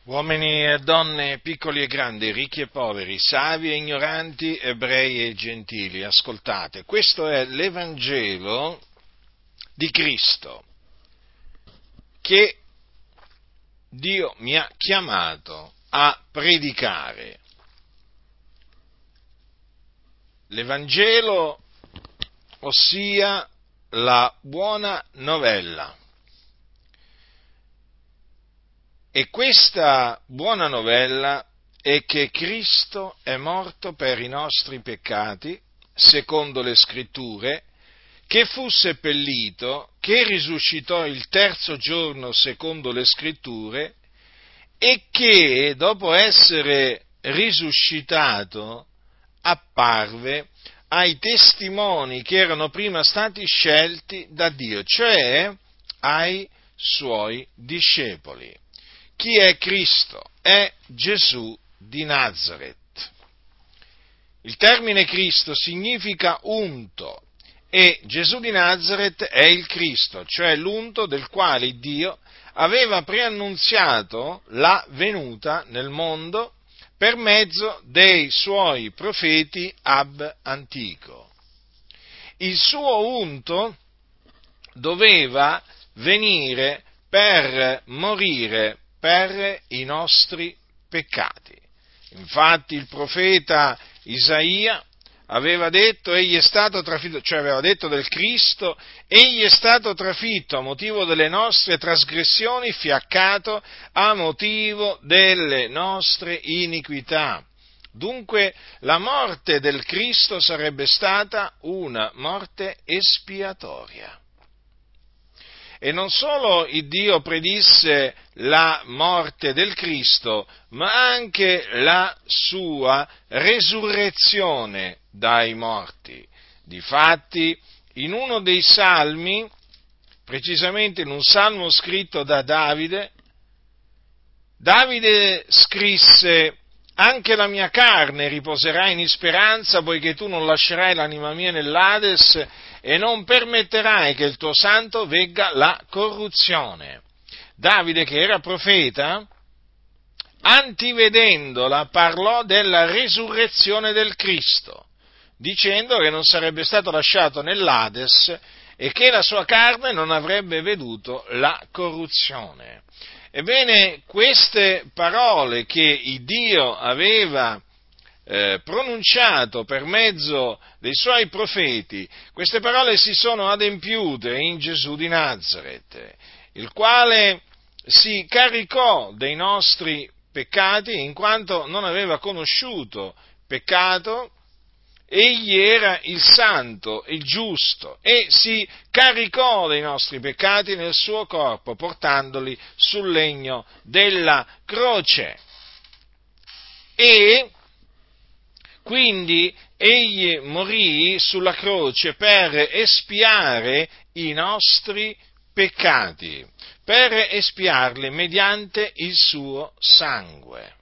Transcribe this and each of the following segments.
Uomini e donne, piccoli e grandi, ricchi e poveri, savi e ignoranti, ebrei e gentili, ascoltate, questo è l'Evangelo di Cristo che Dio mi ha chiamato a predicare. L'Evangelo, ossia la buona novella. E questa buona novella è che Cristo è morto per i nostri peccati, secondo le Scritture, che fu seppellito, che risuscitò il terzo giorno, secondo le Scritture, e che, dopo essere risuscitato, apparve ai testimoni che erano prima stati scelti da Dio, cioè ai suoi discepoli. Chi è Cristo? È Gesù di Nazaret. Il termine Cristo significa unto e Gesù di Nazaret è il Cristo, cioè l'unto del quale Dio aveva preannunziato la venuta nel mondo per mezzo dei suoi profeti ab antico. Il suo unto doveva venire per morire per i nostri peccati. Infatti il profeta Isaia aveva detto, egli è stato trafitto, cioè aveva detto del Cristo, egli è stato trafitto a motivo delle nostre trasgressioni, fiaccato a motivo delle nostre iniquità. Dunque la morte del Cristo sarebbe stata una morte espiatoria. E non solo il Dio predisse la morte del Cristo, ma anche la sua resurrezione dai morti. Difatti, in uno dei salmi, precisamente in un salmo scritto da Davide, Davide scrisse: anche la mia carne riposerà in speranza, poiché tu non lascerai l'anima mia nell'Ades e non permetterai che il tuo santo vegga la corruzione. Davide, che era profeta, antivedendola, parlò della resurrezione del Cristo, dicendo che non sarebbe stato lasciato nell'Ades e che la sua carne non avrebbe veduto la corruzione. Ebbene, queste parole che il Dio aveva pronunciato per mezzo dei suoi profeti, queste parole si sono adempiute in Gesù di Nazaret, il quale si caricò dei nostri peccati in quanto non aveva conosciuto peccato. Egli era il santo, il giusto, e si caricò dei nostri peccati nel suo corpo, portandoli sul legno della croce. E quindi egli morì sulla croce per espiare i nostri peccati, per espiarli mediante il suo sangue.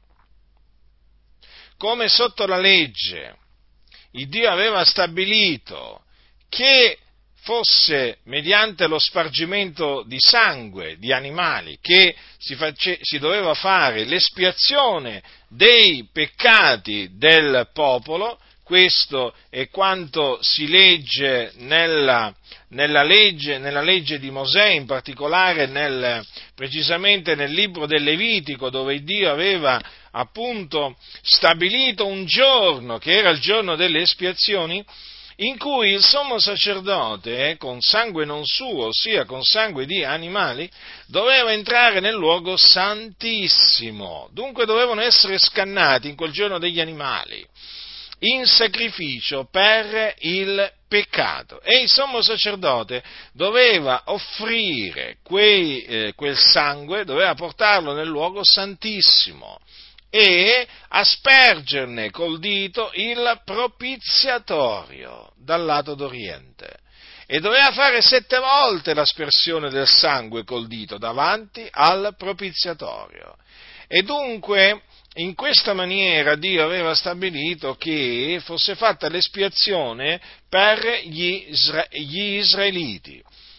Come sotto la legge il Dio aveva stabilito che fosse mediante lo spargimento di sangue di animali che si doveva fare l'espiazione dei peccati del popolo. Questo è quanto si legge nella legge di Mosè, in particolare precisamente nel libro del Levitico, dove Dio aveva appunto stabilito un giorno, che era il giorno delle espiazioni, in cui il sommo sacerdote, con sangue non suo, ossia con sangue di animali, doveva entrare nel luogo santissimo. Dunque dovevano essere scannati in quel giorno degli animali, in sacrificio per il peccato. E il sommo sacerdote doveva offrire quel sangue, doveva portarlo nel luogo santissimo e aspergerne col dito il propiziatorio dal lato d'oriente. E doveva fare 7 volte l'aspersione del sangue col dito davanti al propiziatorio. E dunque, in questa maniera Dio aveva stabilito che fosse fatta l'espiazione per gli israeliti.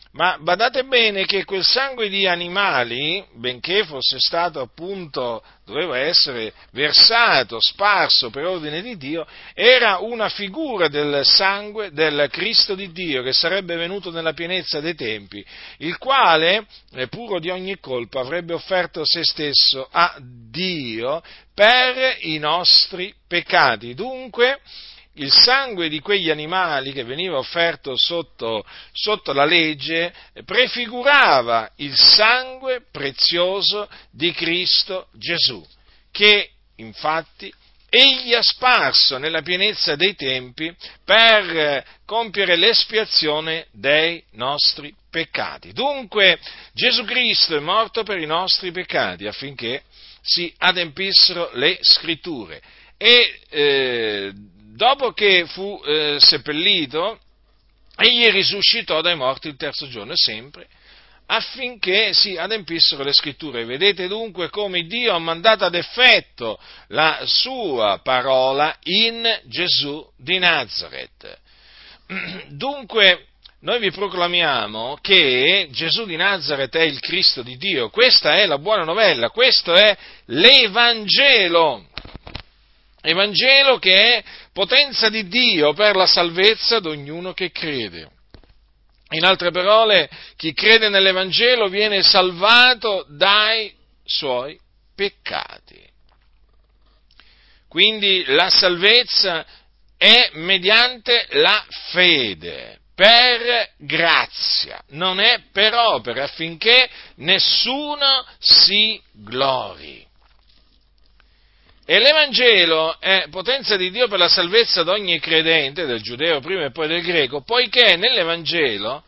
Ma badate bene che quel sangue di animali, benché fosse stato appunto, doveva essere versato, sparso per ordine di Dio, era una figura del sangue del Cristo di Dio che sarebbe venuto nella pienezza dei tempi, il quale, puro di ogni colpa, avrebbe offerto se stesso a Dio per i nostri peccati. Dunque, il sangue di quegli animali che veniva offerto sotto la legge prefigurava il sangue prezioso di Cristo Gesù, che infatti egli ha sparso nella pienezza dei tempi per compiere l'espiazione dei nostri peccati. Dunque Gesù Cristo è morto per i nostri peccati affinché si adempissero le scritture e dopo che fu seppellito, egli risuscitò dai morti il terzo giorno, sempre affinché si adempissero le scritture. Vedete dunque come Dio ha mandato ad effetto la sua parola in Gesù di Nazaret. Dunque, noi vi proclamiamo che Gesù di Nazaret è il Cristo di Dio, questa è la buona novella, questo è l'Evangelo. Evangelo che è potenza di Dio per la salvezza di ognuno che crede. In altre parole, chi crede nell'Evangelo viene salvato dai suoi peccati. Quindi la salvezza è mediante la fede, per grazia, non è per opere, affinché nessuno si glori. E l'Evangelo è potenza di Dio per la salvezza di ogni credente, del giudeo prima e poi del greco, poiché nell'Evangelo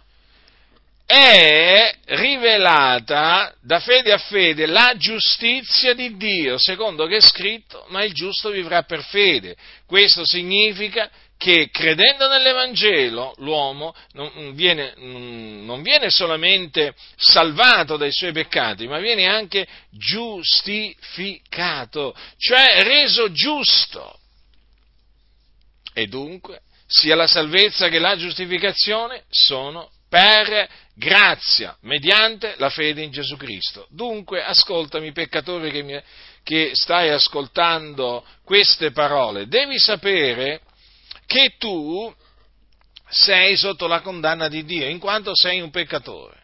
è rivelata da fede a fede la giustizia di Dio, secondo che è scritto, ma il giusto vivrà per fede. Questo significa che credendo nell'Evangelo l'uomo non viene solamente salvato dai suoi peccati, ma viene anche giustificato, cioè reso giusto. E dunque sia la salvezza che la giustificazione sono per grazia, mediante la fede in Gesù Cristo. Dunque, ascoltami, peccatore che stai ascoltando queste parole, devi sapere che tu sei sotto la condanna di Dio, in quanto sei un peccatore.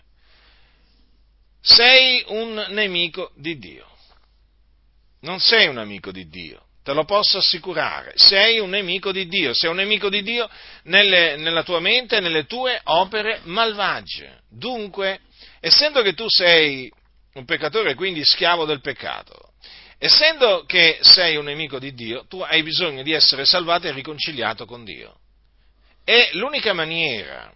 Sei un nemico di Dio. Non sei un amico di Dio. Te lo posso assicurare, sei un nemico di Dio, sei un nemico di Dio nella tua mente e nelle tue opere malvagie. Dunque, essendo che tu sei un peccatore, quindi schiavo del peccato, essendo che sei un nemico di Dio, tu hai bisogno di essere salvato e riconciliato con Dio. E l'unica maniera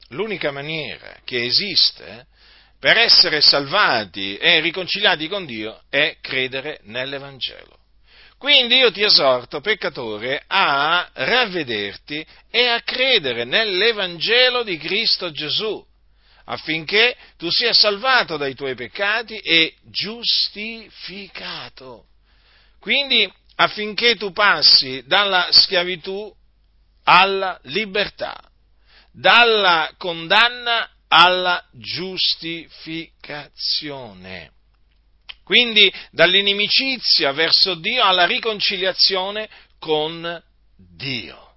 che esiste per essere salvati e riconciliati con Dio è credere nell'Evangelo. Quindi io ti esorto, peccatore, a ravvederti e a credere nell'Evangelo di Cristo Gesù, affinché tu sia salvato dai tuoi peccati e giustificato. Quindi affinché tu passi dalla schiavitù alla libertà, dalla condanna alla giustificazione. Quindi dall'inimicizia verso Dio alla riconciliazione con Dio.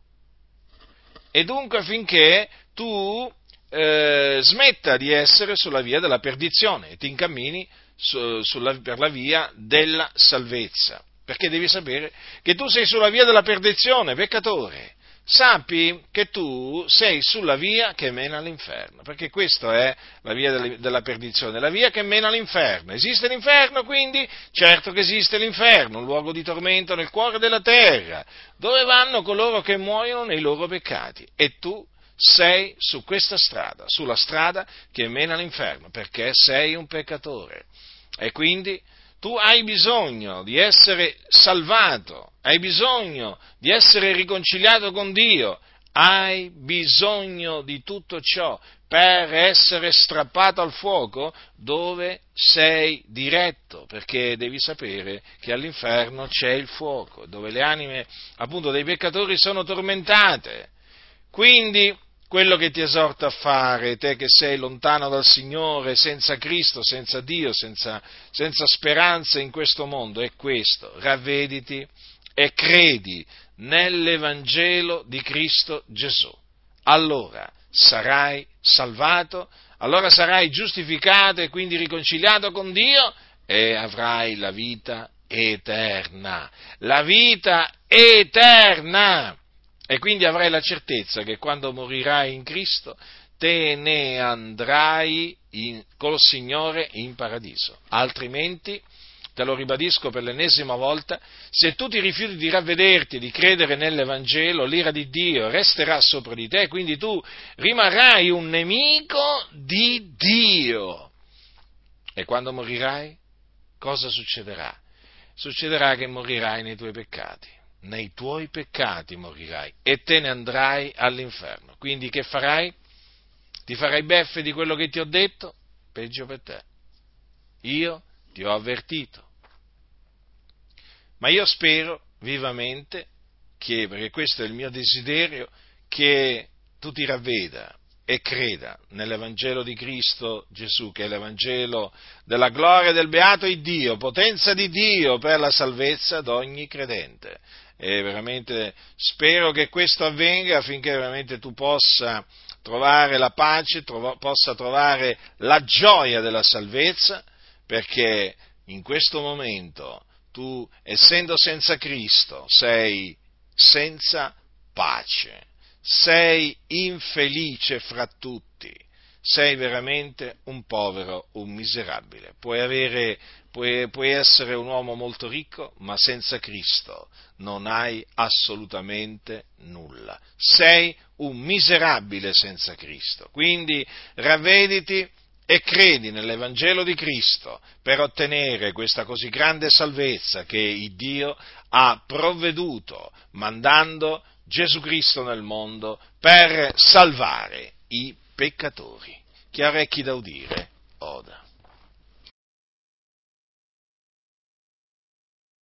E dunque affinché tu smetta di essere sulla via della perdizione e ti incammini per la via della salvezza. Perché devi sapere che tu sei sulla via della perdizione, peccatore. Sappi che tu sei sulla via che mena all'inferno, perché questa è la via della perdizione, la via che mena all'inferno. Esiste l'inferno, quindi? Certo che esiste l'inferno, un luogo di tormento nel cuore della terra, dove vanno coloro che muoiono nei loro peccati. E tu sei su questa strada, sulla strada che mena all'inferno, perché sei un peccatore. E quindi tu hai bisogno di essere salvato, hai bisogno di essere riconciliato con Dio, hai bisogno di tutto ciò per essere strappato al fuoco dove sei diretto, perché devi sapere che all'inferno c'è il fuoco, dove le anime appunto dei peccatori sono tormentate. Quindi quello che ti esorto a fare, te che sei lontano dal Signore, senza Cristo, senza Dio, senza speranza in questo mondo, è questo: ravvediti e credi nell'Evangelo di Cristo Gesù. Allora sarai salvato, allora sarai giustificato e quindi riconciliato con Dio e avrai la vita eterna. La vita eterna! E quindi avrai la certezza che quando morirai in Cristo te ne andrai col Signore in paradiso. Altrimenti, te lo ribadisco per l'ennesima volta, se tu ti rifiuti di ravvederti, di credere nell'Evangelo, l'ira di Dio resterà sopra di te, quindi tu rimarrai un nemico di Dio. E quando morirai, cosa succederà? Succederà che morirai nei tuoi peccati. Nei tuoi peccati morirai e te ne andrai all'inferno. Quindi che farai? Ti farai beffe di quello che ti ho detto? Peggio per te. Io ti ho avvertito. Ma io spero vivamente perché questo è il mio desiderio, che tu ti ravveda e creda nell'Evangelo di Cristo Gesù, che è l'Evangelo della gloria del beato Iddio, potenza di Dio per la salvezza d'ogni credente. E veramente spero che questo avvenga affinché veramente tu possa trovare la pace, possa trovare la gioia della salvezza, perché in questo momento tu, essendo senza Cristo, sei senza pace, sei infelice fra tutti, sei veramente un povero, un miserabile. Puoi essere un uomo molto ricco, ma senza Cristo non hai assolutamente nulla. Sei un miserabile senza Cristo. Quindi ravvediti e credi nell'Evangelo di Cristo per ottenere questa così grande salvezza che il Dio ha provveduto mandando Gesù Cristo nel mondo per salvare i peccatori. Chi ha orecchi da udire, oda.